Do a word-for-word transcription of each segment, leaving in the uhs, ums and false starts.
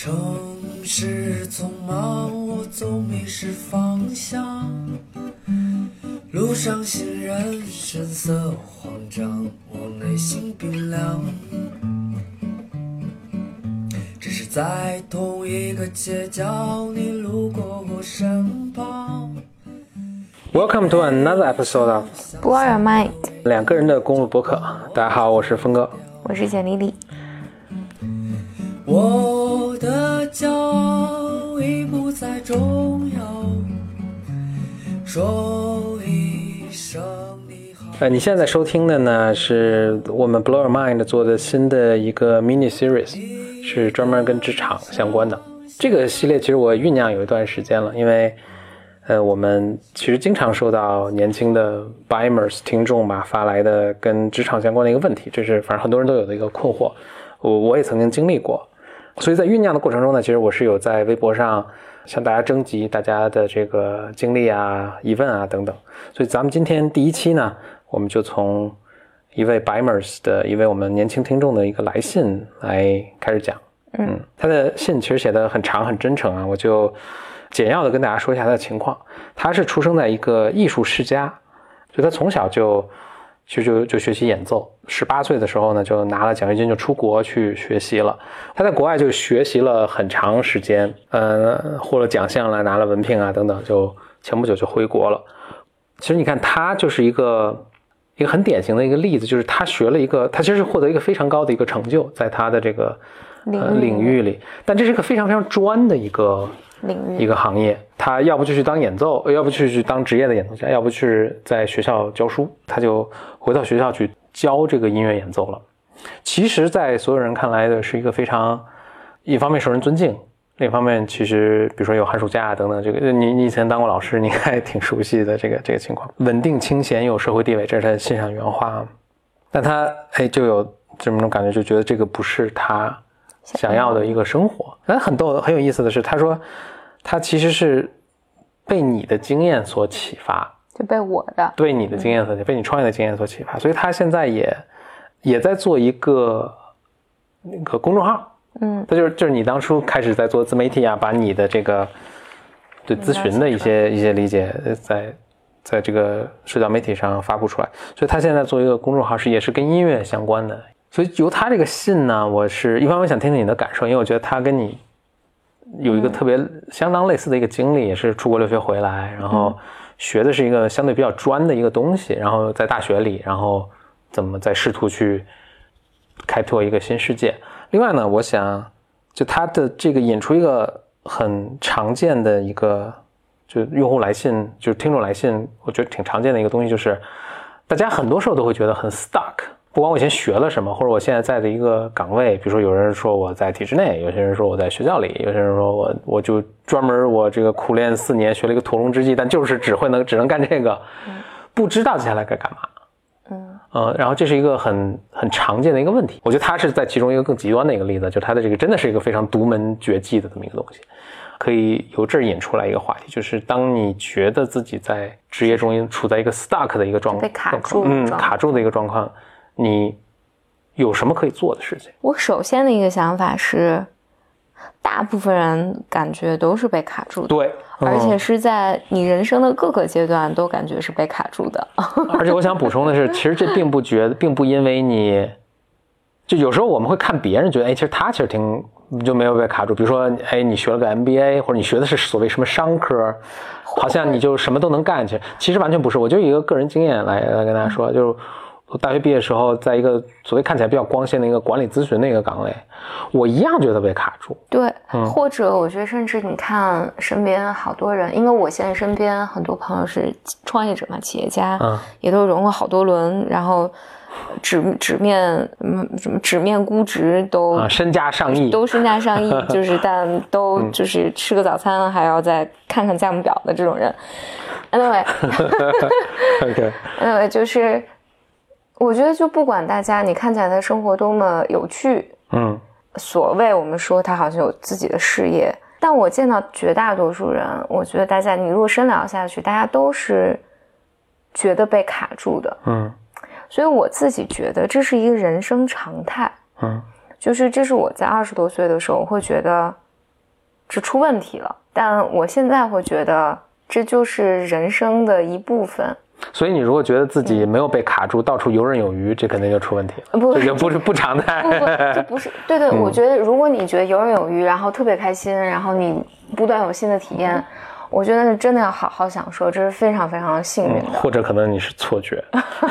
城市匆忙，我总迷失方向，路上行人神色慌张，我内心冰凉，只是在同一个街角，你路过我身旁。 Welcome to another episode of Blow Your Mind， 两个人的公路播客。大家好，我是峰哥， 我是简丽丽。 我的骄傲已不再重要，说一声你好。 呃，你现在收听的呢是我们 Blow Your Mind 做的新的一个 mini series， 是专门跟职场相关的。这个系列其实我酝酿有一段时间了，因为呃，我们其实经常收到年轻的 Bimers 听众吧发来的跟职场相关的一个问题，这是反正很多人都有的一个困惑，我我也曾经经历过。所以在酝酿的过程中呢，其实我是有在微博上向大家征集大家的这个经历啊、疑问啊等等。所以咱们今天第一期呢，我们就从一位 Bimers 的一位我们年轻听众的一个来信来开始讲。嗯，他的信其实写得很长很真诚啊，我就简要的跟大家说一下他的情况。他是出生在一个艺术世家，就他从小就其实就就学习演奏，十八岁的时候呢就拿了奖学金就出国去学习了。他在国外就学习了很长时间，呃，获了奖项了，拿了文凭啊等等，就前不久就回国了。其实你看他就是一个一个很典型的一个例子，就是他学了一个，他其实是获得一个非常高的一个成就，在他的这个呃领域里，但这是一个非常非常专的一个领域一个行业，他要不就去当演奏，要不就去当职业的演奏家，要不是在学校教书，他就回到学校去教这个音乐演奏了。其实在所有人看来的是一个非常，一方面受人尊敬，另一方面其实比如说有寒暑假等等，这个你你以前当过老师，你应该挺熟悉的这个这个情况。稳定清闲有社会地位，这是他的信上原话。但他哎就有这么种感觉，就觉得这个不是他想要的一个生活。但很逗很有意思的是，他说他其实是被你的经验所启发， 就被我的对你的经验所启发，被你创业的经验所启发，所以他现在也也在做一个那个公众号。嗯，他就是就是你当初开始在做自媒体啊，把你的这个对咨询的一些一些理解在在这个社交媒体上发布出来，所以他现在做一个公众号是也是跟音乐相关的。所以由他这个信呢，我是一方面想听听你的感受，因为我觉得他跟你有一个特别相当类似的一个经历，也是出国留学回来，然后学的是一个相对比较专的一个东西，然后在大学里，然后怎么在试图去开拓一个新世界。另外呢，我想就他的这个引出一个很常见的一个，就用户来信，就是听众来信，我觉得挺常见的一个东西，就是大家很多时候都会觉得很 stuck。不管我以前学了什么，或者我现在在的一个岗位，比如说有人说我在体制内，有些人说我在学校里，有些人说我我就专门我这个苦练四年学了一个屠龙之技，但就是只会能只能干这个，不知道接下来该干嘛。嗯，呃，然后这是一个很很常见的一个问题。我觉得他是在其中一个更极端的一个例子，就他的这个真的是一个非常独门绝技的这么一个东西，可以由这儿引出来一个话题，就是当你觉得自己在职业中处在一个 stuck 的一个状况， 被卡住， 嗯，卡住的一个状况。你有什么可以做的事情？ 我首先的一个想法是，大部分人感觉都是被卡住的， 对， 嗯、而且是在你人生的各个阶段都感觉是被卡住的。 而且我想补充的是，其实这并不觉得，并不因为你，就有时候我们会看别人觉得，哎，其实他其实挺就没有被卡住。比如说，哎，你学了个 M B A， 或者你学的是所谓什么商科，好像你就什么都能干。其实其实完全不是。我就以一个个人经验来来跟大家说，嗯、就是。我大学毕业的时候，在一个所谓看起来比较光鲜的一个管理咨询的一个岗位，我一样觉得被卡住。 对，嗯、或者我觉得甚至你看身边好多人，因为我现在身边很多朋友是创业者嘛，企业家，嗯、也都融了好多轮，然后纸纸面什么纸面估值都、 啊、身家上亿， 都身家上亿，就是但都就是吃个早餐还要再看看价目表的这种人。Anyway， OK， Anyway 就是。我觉得就不管大家你看起来的生活多么有趣，嗯，所谓我们说他好像有自己的事业，但我见到绝大多数人，我觉得大家你如果深聊下去，大家都是觉得被卡住的，嗯，所以我自己觉得这是一个人生常态，嗯，就是这是我在二十多岁的时候会觉得这出问题了。但我现在会觉得这就是人生的一部分。 所以你如果觉得自己没有被卡住，嗯、到处游刃有余，这肯定就出问题了。 不， 这就不是不常态。 不不，这不是对对、嗯。我觉得如果你觉得游刃有余，然后特别开心，然后你不断有新的体验，嗯、我觉得是真的要好好享受，这是非常非常幸运的。 嗯、或者可能你是错觉。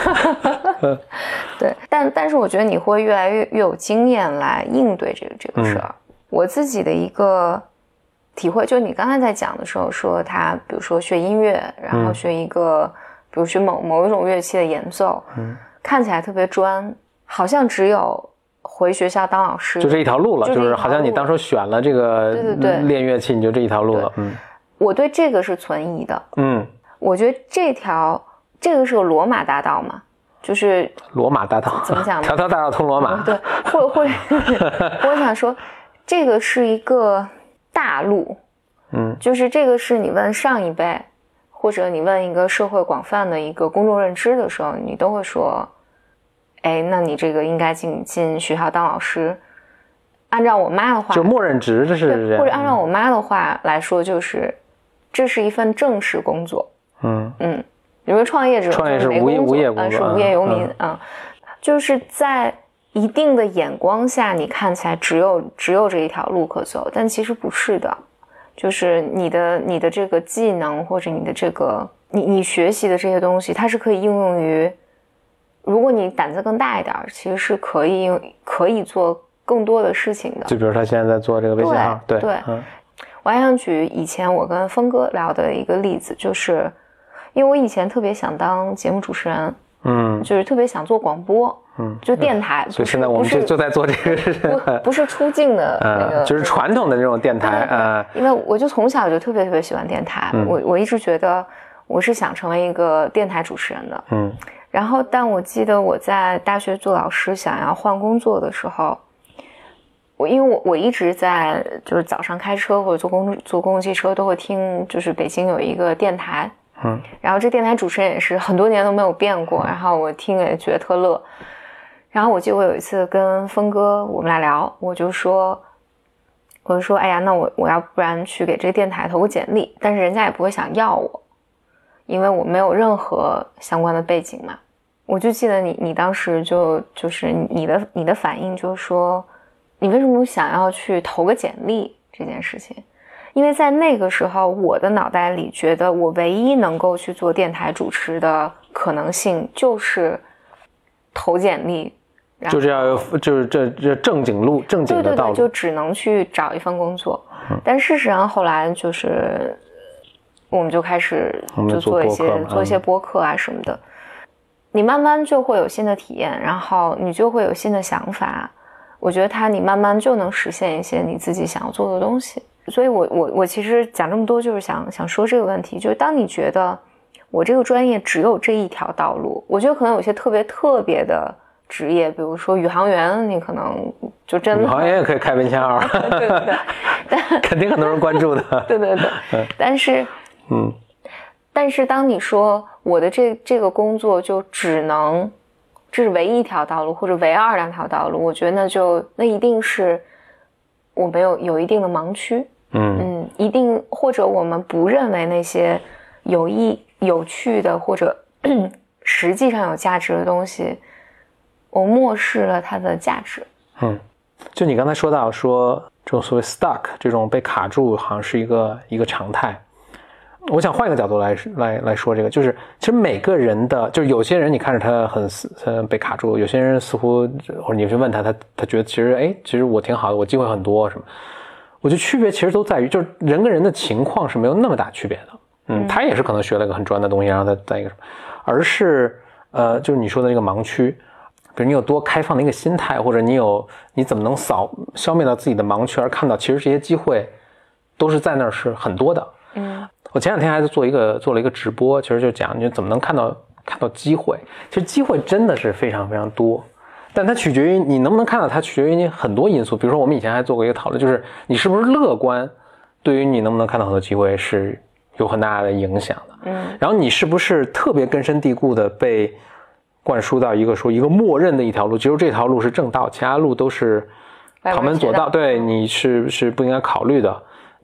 对，但但是我觉得你会越来越越有经验来应对这个这个事儿。嗯、我自己的一个体会，就你刚才在讲的时候说他，比如说学音乐，然后学一个。嗯比如学某某一种乐器的演奏，嗯，看起来特别专，好像只有回学校当老师， 就这一条路了，就, 就是好像你当初选了这个对对对练乐器，你就这一条路了，嗯。 我对这个是存疑的， 嗯， 我觉得这条这个是个罗马大道嘛，就是罗马大道怎么讲呢？ 条条大道通罗马， 嗯、对，或者或者我想说，这个是一个大路，嗯，就是这个是你问上一辈。或者你问一个社会广泛的一个公众认知的时候，你都会说，哎，那你这个应该进进学校当老师。按照我妈的话， 就默认值，这是或者按照我妈的话来说，就是这是一份正式工作。 嗯嗯，因为创业者创业是无业无业工作， 是无业游民啊、嗯嗯，就是在一定的眼光下，你看起来只有只有这一条路可走，但其实不是的。就是你的你的这个技能或者你的这个你你学习的这些东西，它是可以应用于，如果你胆子更大一点，其实是可以用可以做更多的事情的。 就比如他现在在做这个微信号， 对对、嗯，我还想举以前我跟峰哥聊的一个例子，就是因为我以前特别想当节目主持人，嗯，就是特别想做广播。嗯，就电台， 所以现在我们就就在做这个， 不不是出镜的那个， 呃、就是传统的这种电台啊。 因为我就从小就特别特别喜欢电台，嗯、我我一直觉得我是想成为一个电台主持人的。嗯，然后但我记得我在大学做老师，想要换工作的时候，我因为我我一直在就是早上开车或者坐公坐公共汽车都会听，就是北京有一个电台，嗯，然后这电台主持人也是很多年都没有变过，然后我听也觉得特乐。然后我记得我有一次跟峰哥我们俩聊，我就说我就说哎呀，那我我要不然去给这个电台投个简历，但是人家也不会想要我，因为我没有任何相关的背景嘛。我就记得你你当时就就是你的你的反应就是说，你为什么想要去投个简历这件事情？因为在那个时候我的脑袋里觉得我唯一能够去做电台主持的可能性就是投简历， 就这样，就是这这正经路正经的道路， 对对对，就只能去找一份工作。嗯、但事实上后来就是我们就开始就做一些做, 做一些播客啊什么的、嗯、你慢慢就会有新的体验，然后你就会有新的想法，我觉得它你慢慢就能实现一些你自己想要做的东西。所以我我我其实讲这么多就是想想说这个问题，就是当你觉得我这个专业只有这一条道路，我觉得可能有些特别特别的职业，比如说宇航员，你可能就真的宇航员也可以开微信号对对对，但肯定很多人关注的对对对、嗯、但是嗯，但是当你说我的这这个工作就只能这是唯一一条道路或者唯二两条道路，我觉得那就那一定是我没有有一定的盲区。嗯嗯，一定或者我们不认为那些有益有趣的或者实际上有价值的东西，我漠视了它的价值。 嗯，就你刚才说到说这种所谓 stuck 这种被卡住好像是一个一个常态，我想换一个角度来来来说这个，就是其实每个人的，就是有些人你看着他很很被卡住，有些人似乎或者你去问他，他他觉得其实哎其实我挺好的，我机会很多什么，我觉得区别其实都在于就是人跟人的情况是没有那么大区别的。嗯，他也是可能学了一个很专的东西，然后他在一个什么，而是呃就是你说的那个盲区，比如你有多开放的一个心态，或者你有你怎么能扫消灭到自己的盲区，而看到其实这些机会都是在那儿是很多的。嗯，我前两天还在做一个做了一个直播，其实就讲你怎么能看到看到机会。其实机会真的是非常非常多，但它取决于你能不能看到它，取决于你很多因素。比如说我们以前还做过一个讨论，就是你是不是乐观，对于你能不能看到很多机会是有很大的影响的。嗯，然后你是不是特别根深蒂固的被灌输到一个说一个默认的一条路，只有这条路是正道，其他路都是旁门左道，对，你是是不应该考虑的。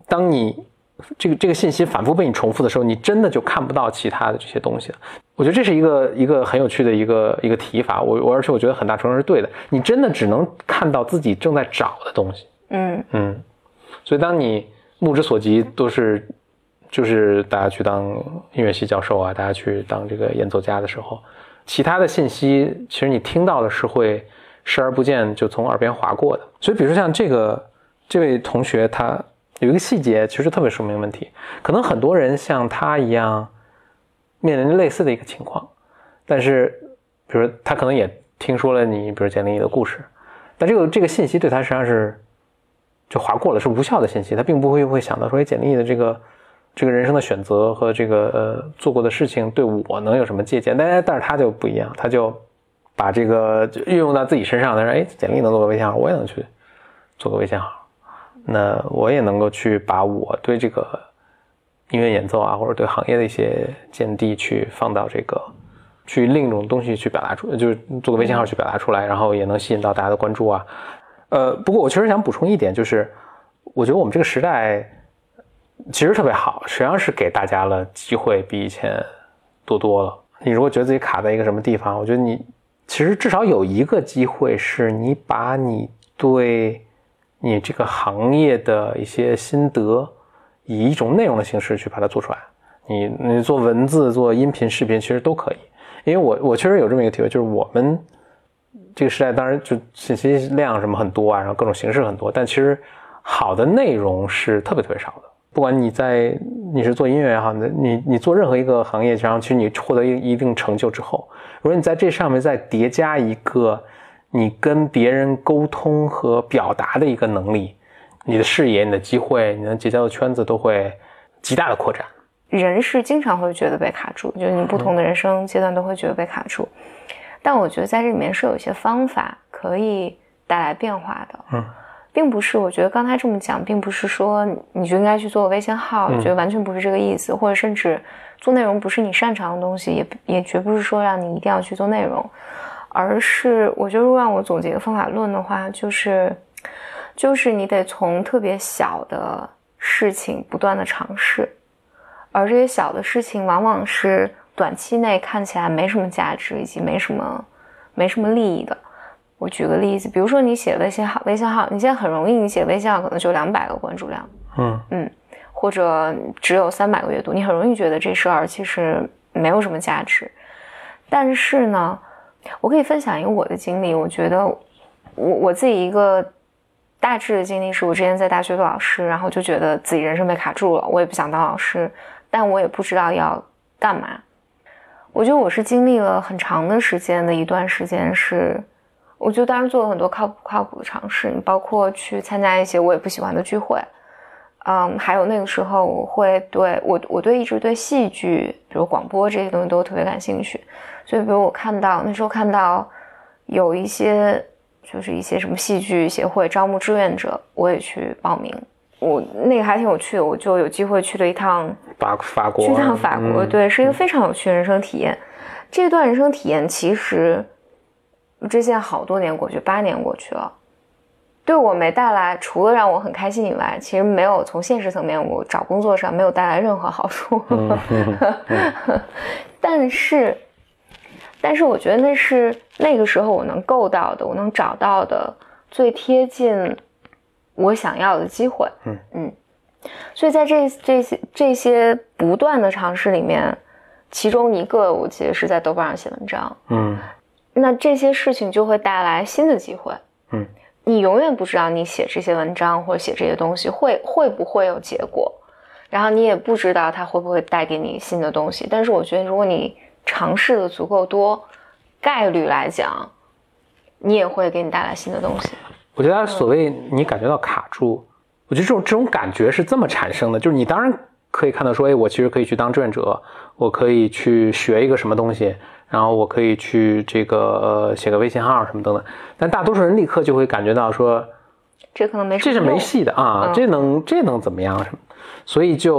当你这个这个信息反复被你重复的时候，你真的就看不到其他的这些东西了。我觉得这是一个一个很有趣的一个一个提法，我我而且我觉得很大程度是对的。你真的只能看到自己正在找的东西。嗯嗯，所以当你目之所及都是就是大家去当音乐系教授啊，大家去当这个演奏家的时候，其他的信息其实你听到的是会视而不见就从耳边划过的。所以比如说像这个这位同学，他有一个细节其实特别说明问题，可能很多人像他一样面临类似的一个情况，但是比如他可能也听说了你比如简历里的故事，但这个这个信息对他实际上是就划过了，是无效的信息，他并不会会想到说简历的这个这个人生的选择和这个呃做过的事情对我能有什么借鉴，但但是他就不一样，他就把这个运用到自己身上，他说哎，简历能做个微信号，我也能去做个微信号，那我也能够去把我对这个音乐演奏啊，或者对行业的一些见地去放到这个去另一种东西去表达出，就是做个微信号去表达出来，然后也能吸引到大家的关注啊。呃，不过我确实想补充一点，就是我觉得我们这个时代其实特别好，实际上是给大家了机会比以前多多了。你如果觉得自己卡在一个什么地方，我觉得你其实至少有一个机会是你把你对你这个行业的一些心得以一种内容的形式去把它做出来，你你做文字做音频视频其实都可以。因为我我确实有这么一个体会，就是我们这个时代当然就信息量什么很多啊，然后各种形式很多，但其实好的内容是特别特别少的。不管你在你是做音乐也好，你你做任何一个行业，然后其实你获得一定成就之后，如果你在这上面再叠加一个你跟别人沟通和表达的一个能力，你的视野、你的机会、你能结交的圈子都会极大的扩展。 人是经常会觉得被卡住，就是你不同的人生阶段都会觉得被卡住，嗯、但我觉得在这里面是有一些方法可以带来变化的。嗯，并不是我觉得刚才这么讲，并不是说你就应该去做个微信号，我觉得完全不是这个意思，或者甚至做内容不是你擅长的东西，也也绝不是说让你一定要去做内容。而是我觉得如果让我总结一个方法论的话，就是就是你得从特别小的事情不断的尝试，而这些小的事情往往是短期内看起来没什么价值以及没什么没什么利益的。我举个例子，比如说你写微信号，微信号你现在很容易，你写微信号可能就两百个关注量，嗯嗯，或者只有三百个阅读，你很容易觉得这事儿其实没有什么价值。但是呢，我可以分享一个我的经历，我觉得我我自己一个大致的经历是，我之前在大学做老师，然后就觉得自己人生被卡住了，我也不想当老师，但我也不知道要干嘛。我觉得我是经历了很长的时间的一段时间是，我就当时做了很多靠谱靠谱的尝试，包括去参加一些我也不喜欢的聚会，嗯，还有那个时候我会对我我对一直对戏剧，比如广播这些东西都特别感兴趣，所以比如我看到那时候看到有一些就是一些什么戏剧协会招募志愿者，我也去报名，我那个还挺有趣的，我就有机会去了一趟法法国， 去一趟法国，嗯、对，是一个非常有趣的人生体验。嗯、这段人生体验其实，这现在好多年过去，八年过去了，对我没带来，除了让我很开心以外，其实没有从现实层面我找工作上没有带来任何好处。嗯嗯、但是，但是我觉得那是那个时候我能够到的，我能找到的最贴近我想要的机会。嗯嗯，所以在这这些这些不断的尝试里面，其中一个我记得是在豆瓣上写文章。嗯，那这些事情就会带来新的机会。嗯。你永远不知道你写这些文章或者写这些东西会会不会有结果，然后你也不知道它会不会带给你新的东西，但是我觉得如果你尝试的足够多，概率来讲你也会给你带来新的东西。 我觉得所谓你感觉到卡住，我觉得这种这种感觉是这么产生的，就是你当然可以看到说，哎，我其实可以去当志愿者，我可以去学一个什么东西，然后我可以去这个呃写个微信号什么等等，但大多数人立刻就会感觉到说， 这可能没这是没戏的啊，嗯、这能这能怎么样什么？所以就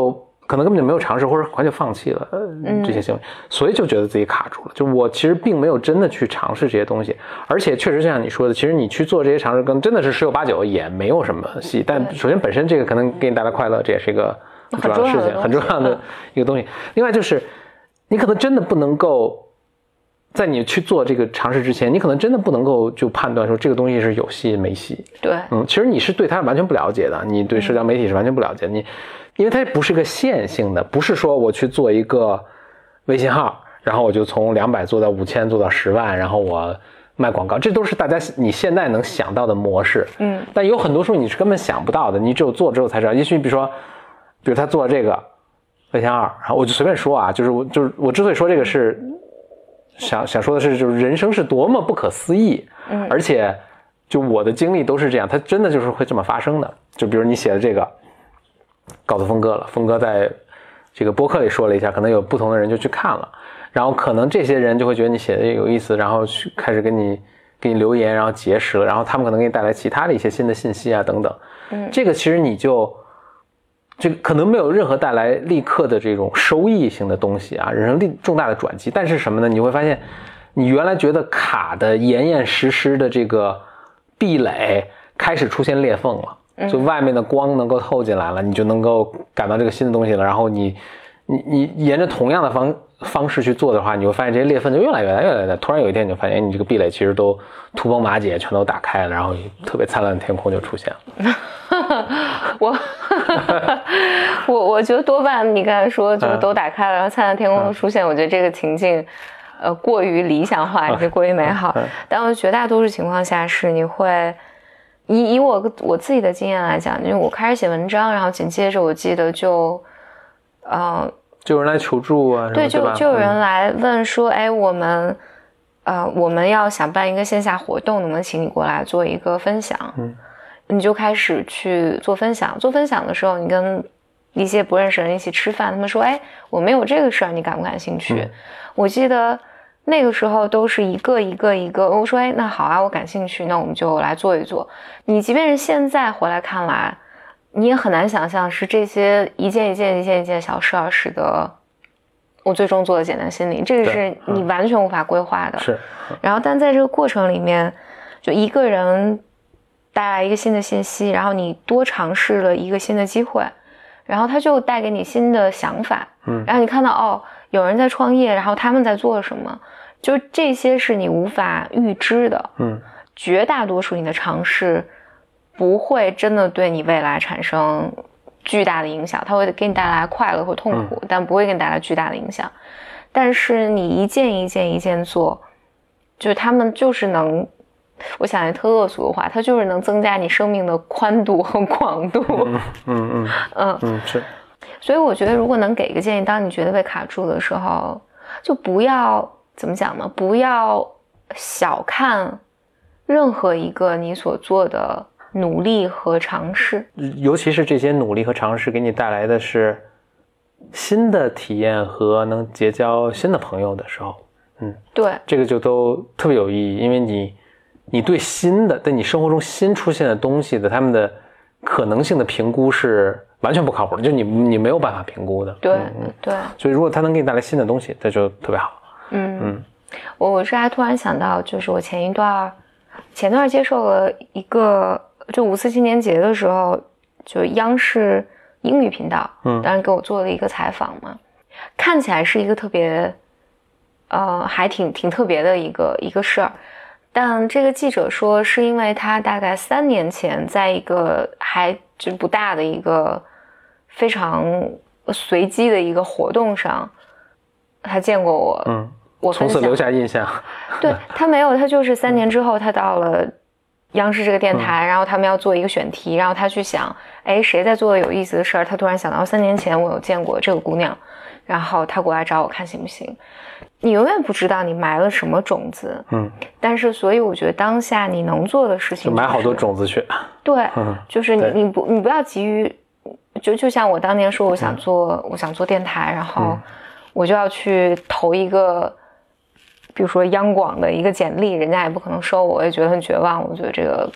可能根本就没有尝试，或者很快就放弃了、呃、这些行为、嗯，所以就觉得自己卡住了。就我其实并没有真的去尝试这些东西，而且确实就像你说的，其实你去做这些尝试，跟真的是十有八九也没有什么戏。但首先本身这个可能给你带来快乐，这也是一个主要的事情，很重要的一个东西。另外就是你可能真的不能够。在你去做这个尝试之前，你可能真的不能够就判断说这个东西是有戏没戏。 对， 嗯，其实你是对它完全不了解的，你对社交媒体是完全不了解的。你，因为它不是个线性的，不是说我去做一个微信号，然后我就从两百做到五千，做到十万，然后我卖广告，这都是大家你现在能想到的模式。嗯，但有很多时候你是根本想不到的，你只有做之后才知道。也许比如说，比如他做了这个微信号，然后我就随便说啊，就是我就是我之所以说这个是。想想说的是，就是人生是多么不可思议，嗯，而且就我的经历都是这样，它真的就是会这么发生的。就比如你写的这个，告诉峰哥了，峰哥在这个播客里说了一下，可能有不同的人就去看了，然后可能这些人就会觉得你写的有意思，然后去开始跟你给你留言，然后结识了，然后他们可能给你带来其他的一些新的信息啊等等，嗯，这个其实你就。这个可能没有任何带来立刻的这种收益性的东西啊，人生重大的转机。但是什么呢？你会发现，你原来觉得卡的严严实实的这个壁垒开始出现裂缝了，就外面的光能够透进来了，你就能够感到这个新的东西了。然后你，你你沿着同样的方方式去做的话，你会发现这些裂缝就越来越大，越来越大。突然有一天，你就发现，哎，你这个壁垒其实都土崩瓦解，全都打开了，然后特别灿烂的天空就出现了。 我我我觉得多半你刚才说就是都打开了，然后灿烂天空出现，我觉得这个情境呃过于理想化，也是过于美好。但我绝大多数情况下是你会以以我我自己的经验来讲，因为我开始写文章，然后紧接着我记得就呃就有人来求助啊， 对，就就有人来问说，哎，我们呃我们要想办一个线下活动，能不能请你过来做一个分享？嗯。你就开始去做分享，做分享的时候，你跟一些不认识的人一起吃饭，他们说：“哎，我们有这个事儿，你感不感兴趣？”嗯、我记得那个时候都是一个一个一个，我说：“哎，那好啊，我感兴趣，那我们就来做一做。”你即便是现在回来看来，你也很难想象是这些一件一件一件一件小事儿使得我最终做的简单心理，这个是你完全无法规划的。是、嗯，然后但在这个过程里面，就一个人。带来一个新的信息，然后你多尝试了一个新的机会，然后它就带给你新的想法，嗯，然后你看到哦，有人在创业，然后他们在做什么，就这些是你无法预知的，嗯，绝大多数你的尝试不会真的对你未来产生巨大的影响，它会给你带来快乐或痛苦，嗯、但不会给你带来巨大的影响。但是你一件一件一件做，就是他们就是能。我想一特恶俗的话，它就是能增加你生命的宽度和广度。嗯嗯嗯嗯嗯是。所以我觉得，如果能给一个建议，当你觉得被卡住的时候，就不要怎么讲呢？不要小看任何一个你所做的努力和尝试， 尤其是这些努力和尝试给你带来的是新的体验和能结交新的朋友的时候，嗯， 对， 这个就都特别有意义，因为你。你对新的，对你生活中新出现的东西的他们的可能性的评估是完全不靠谱的，就你你没有办法评估的。 对、嗯、对。 所以如果它能给你带来新的东西，那就特别好。 嗯嗯。我我是还突然想到，就是我前一段前段接受了一个，就五四青年节的时候，就央视英语频道，嗯，当然给我做了一个采访嘛，看起来是一个特别，呃，还挺挺特别的一个一个事儿。但这个记者说，是因为他大概三年前在一个还就不大的一个非常随机的一个活动上，他见过我，嗯，我从此留下印象。 对，他没有，他就是三年之后，他到了央视这个电台，嗯、然后他们要做一个选题，然后他去想，哎，谁在做有意思的事儿？他突然想到，三年前我有见过这个姑娘，然后他过来找我看行不行？你永远不知道你埋了什么种子，嗯，但是所以我觉得当下你能做的事情、就是、 就埋好多种子去， 对，嗯、就是你你不你不要急于，就就像我当年说我想做、嗯、我想做电台，然后我就要去投一个，比如说央广的一个简历，人家也不可能收我，我也觉得很绝望，我觉得这个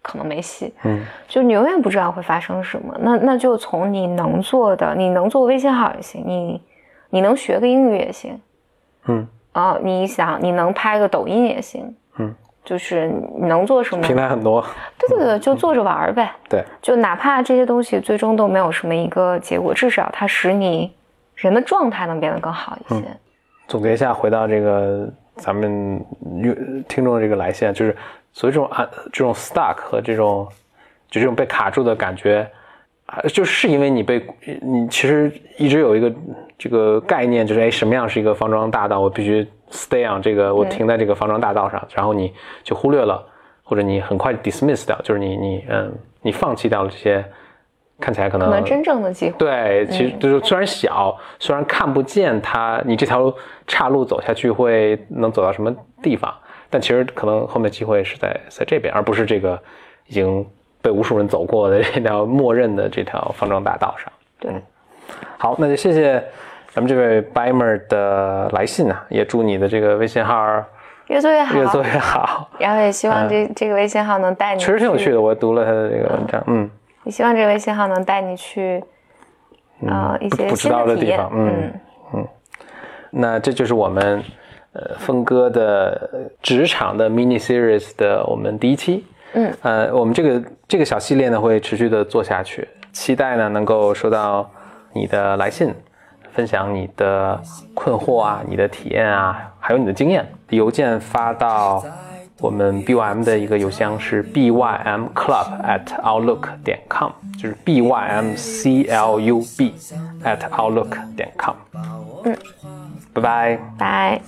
可能没戏。 嗯， 就你永远不知道会发生什么。那那就从你能做的，你能做微信号也行，你你能学个英语也行。 嗯， 啊、哦，你想你能拍个抖音也行。 嗯， 就是你能做什么？ 平台很多。 对对对，就做着玩呗。 对， 就哪怕这些东西最终都没有什么一个结果，至少它使你人的状态能变得更好一些。 嗯、总结一下，回到这个咱们听众的这个来信，就是所谓这种啊这种 stuck 和这种就这种被卡住的感觉，就是因为你被你其实一直有一个这个概念，就是哎什么样是一个方庄大道，我必须 stay on 这个，我停在这个方庄大道上，然后你就忽略了，或者你很快 dismiss 掉，就是你你嗯你放弃掉了这些看起来可能可能真正的机会。 对，其实就是虽然小，嗯、虽然看不见它，你这条岔路走下去会能走到什么地方，但其实可能后面机会是在在这边，而不是这个已经被无数人走过的这条默认的这条方庄大道上。 对， 嗯、好，那就谢谢咱们这位 Bimer 的来信啊，也祝你的这个微信号越做越好， 越做越好。 然后也希望这、嗯、这个微信号能带你， 确实挺有趣的，我读了他的这个文章，嗯。 也希望这个微信号能带你去，呃， 嗯、 一些不知道的地方，嗯 嗯, 嗯。那这就是我们呃峰哥的职场的 mini series 的我们第一期， 嗯， 呃，我们这个这个小系列呢会持续的做下去，期待呢能够收到你的来信，分享你的困惑啊、你的体验啊，还有你的经验，邮件发到我们 B Y M 的一个邮箱是 b y m club at outlook 点 com， 就是 b y m c l u b at outlook 点 com。 嗯， 拜拜， 拜。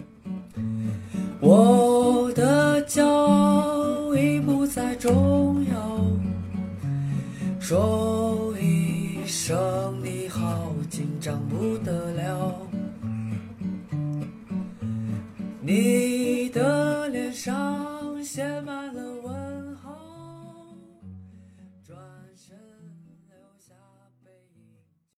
我的骄傲已不再重要，说一声你好，紧张不得了。你的脸上写满了问号，转身